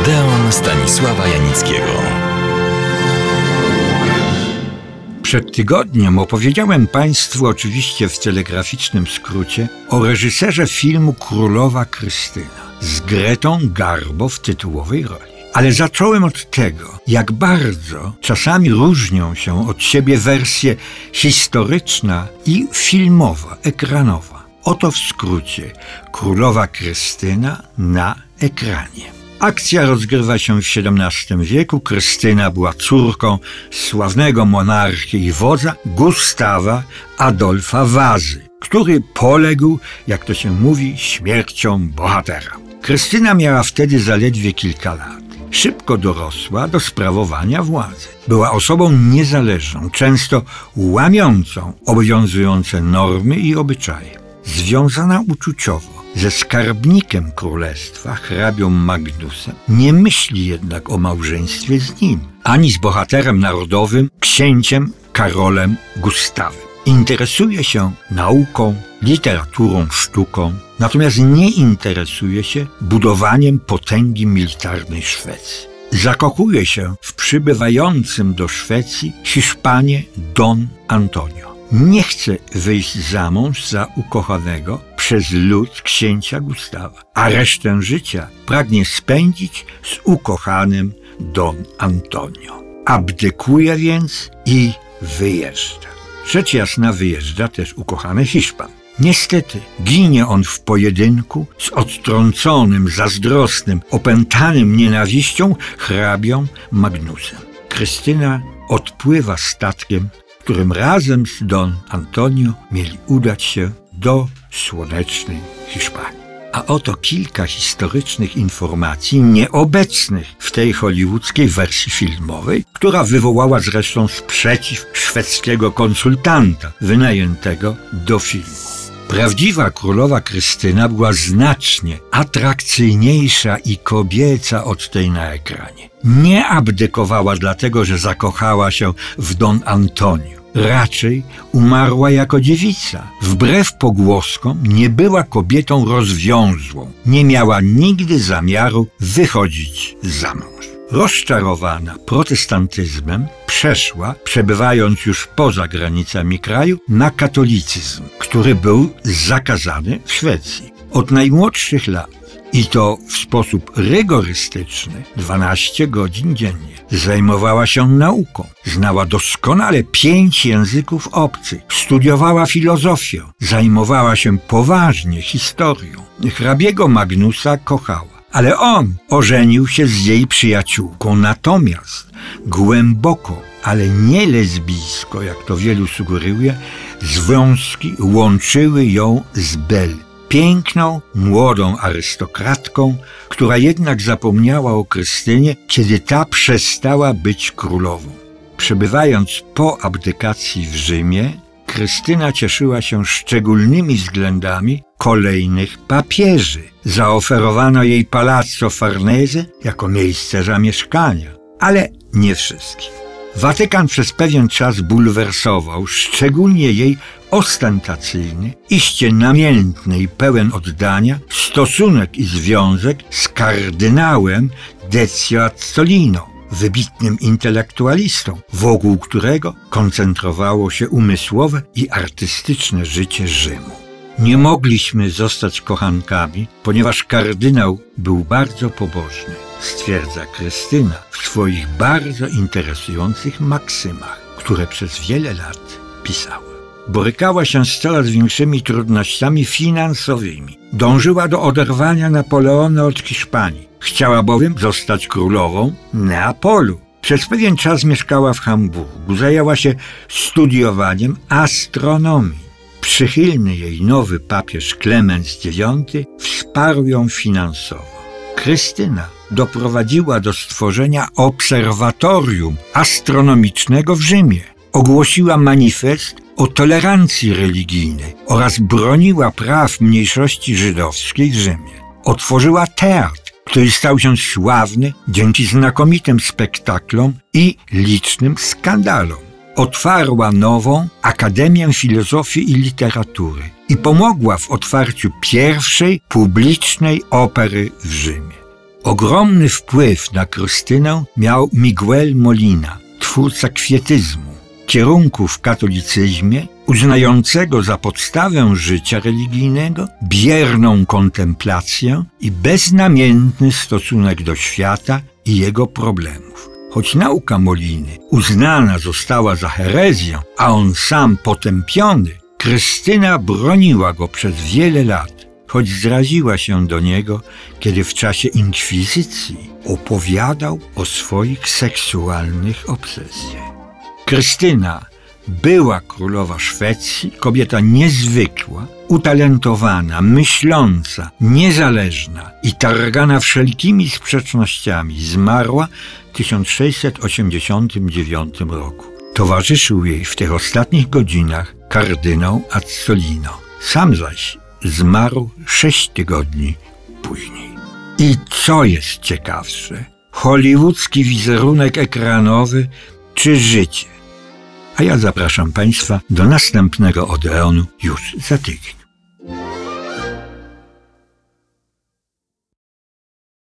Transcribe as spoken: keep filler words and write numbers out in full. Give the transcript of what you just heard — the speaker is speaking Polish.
Odeon Stanisława Janickiego. Przed tygodniem opowiedziałem Państwu, oczywiście w telegraficznym skrócie, o reżyserze filmu Królowa Krystyna z Gretą Garbo w tytułowej roli. Ale zacząłem od tego, jak bardzo czasami różnią się od siebie wersje historyczna i filmowa, ekranowa. Oto w skrócie Królowa Krystyna na ekranie. Akcja rozgrywa się w siedemnastym wieku. Krystyna była córką sławnego monarchy i wodza Gustawa Adolfa Wazy, który poległ, jak to się mówi, śmiercią bohatera. Krystyna miała wtedy zaledwie kilka lat. Szybko dorosła do sprawowania władzy. Była osobą niezależną, często łamiącą obowiązujące normy i obyczaje. Związana uczuciowo ze skarbnikiem królestwa, hrabią Magnusem, nie myśli jednak o małżeństwie z nim, ani z bohaterem narodowym, księciem Karolem Gustawem. Interesuje się nauką, literaturą, sztuką, natomiast nie interesuje się budowaniem potęgi militarnej Szwecji. Zakochuje się w przybywającym do Szwecji Hiszpanie Don Antonio. Nie chce wyjść za mąż za ukochanego przez lud księcia Gustawa, a resztę życia pragnie spędzić z ukochanym Don Antonio. Abdykuje więc i wyjeżdża. Rzecz jasna, wyjeżdża też ukochany Hiszpan. Niestety ginie on w pojedynku z odtrąconym, zazdrosnym, opętanym nienawiścią hrabią Magnusem. Krystyna odpływa statkiem, którym razem z Don Antonio mieli udać się do słonecznej Hiszpanii. A oto kilka historycznych informacji nieobecnych w tej hollywoodzkiej wersji filmowej, która wywołała zresztą sprzeciw szwedzkiego konsultanta wynajętego do filmu. Prawdziwa Królowa Krystyna była znacznie atrakcyjniejsza i kobieca od tej na ekranie. Nie abdykowała dlatego, że zakochała się w Don Antonio. Raczej umarła jako dziewica. Wbrew pogłoskom nie była kobietą rozwiązłą. Nie miała nigdy zamiaru wychodzić za mąż. Rozczarowana protestantyzmem przeszła, przebywając już poza granicami kraju, na katolicyzm, który był zakazany w Szwecji. Od najmłodszych lat, i to w sposób rygorystyczny, dwanaście godzin dziennie, zajmowała się nauką. Znała doskonale pięć języków obcych, studiowała filozofię, zajmowała się poważnie historią. Hrabiego Magnusa kochała. Ale on ożenił się z jej przyjaciółką, natomiast głęboko, ale nie lesbijsko, jak to wielu sugeruje, związki łączyły ją z Belle, piękną, młodą arystokratką, która jednak zapomniała o Krystynie, kiedy ta przestała być królową. Przebywając po abdykacji w Rzymie, Krystyna cieszyła się szczególnymi względami kolejnych papieży. Zaoferowano jej Palazzo Farnese jako miejsce zamieszkania, ale nie wszystkim. Watykan przez pewien czas bulwersował szczególnie jej ostentacyjny, iście namiętny i pełen oddania stosunek i związek z kardynałem Decio Azzolino, wybitnym intelektualistą, wokół którego koncentrowało się umysłowe i artystyczne życie Rzymu. Nie mogliśmy zostać kochankami, ponieważ kardynał był bardzo pobożny, stwierdza Krystyna w swoich bardzo interesujących maksymach, które przez wiele lat pisała. Borykała się z coraz większymi trudnościami finansowymi. Dążyła do oderwania Napoleona od Hiszpanii. Chciała bowiem zostać królową Neapolu. Przez pewien czas mieszkała w Hamburgu. Zajęła się studiowaniem astronomii. Przychylny jej nowy papież Klemens dziewiąty wsparł ją finansowo. Krystyna doprowadziła do stworzenia obserwatorium astronomicznego w Rzymie. Ogłosiła manifest o tolerancji religijnej oraz broniła praw mniejszości żydowskiej w Rzymie. Otworzyła teatr, który stał się sławny dzięki znakomitym spektaklom i licznym skandalom. Otwarła nową Akademię Filozofii i Literatury i pomogła w otwarciu pierwszej publicznej opery w Rzymie. Ogromny wpływ na Krystynę miał Miguel Molina, twórca kwietyzmu, kierunku w katolicyzmie uznającego za podstawę życia religijnego bierną kontemplację i beznamiętny stosunek do świata i jego problemów. Choć nauka Moliny uznana została za herezję, a on sam potępiony, Krystyna broniła go przez wiele lat, choć zraziła się do niego, kiedy w czasie inkwizycji opowiadał o swoich seksualnych obsesjach. Krystyna była królowa Szwecji, kobieta niezwykła, utalentowana, myśląca, niezależna i targana wszelkimi sprzecznościami. Zmarła w tysiąc sześćset osiemdziesiątym dziewiątym roku. Towarzyszył jej w tych ostatnich godzinach kardynał Azzolino. Sam zaś zmarł sześć tygodni później. I co jest ciekawsze, hollywoodzki wizerunek ekranowy czy życie? A ja zapraszam Państwa do następnego Odeonu już za tydzień.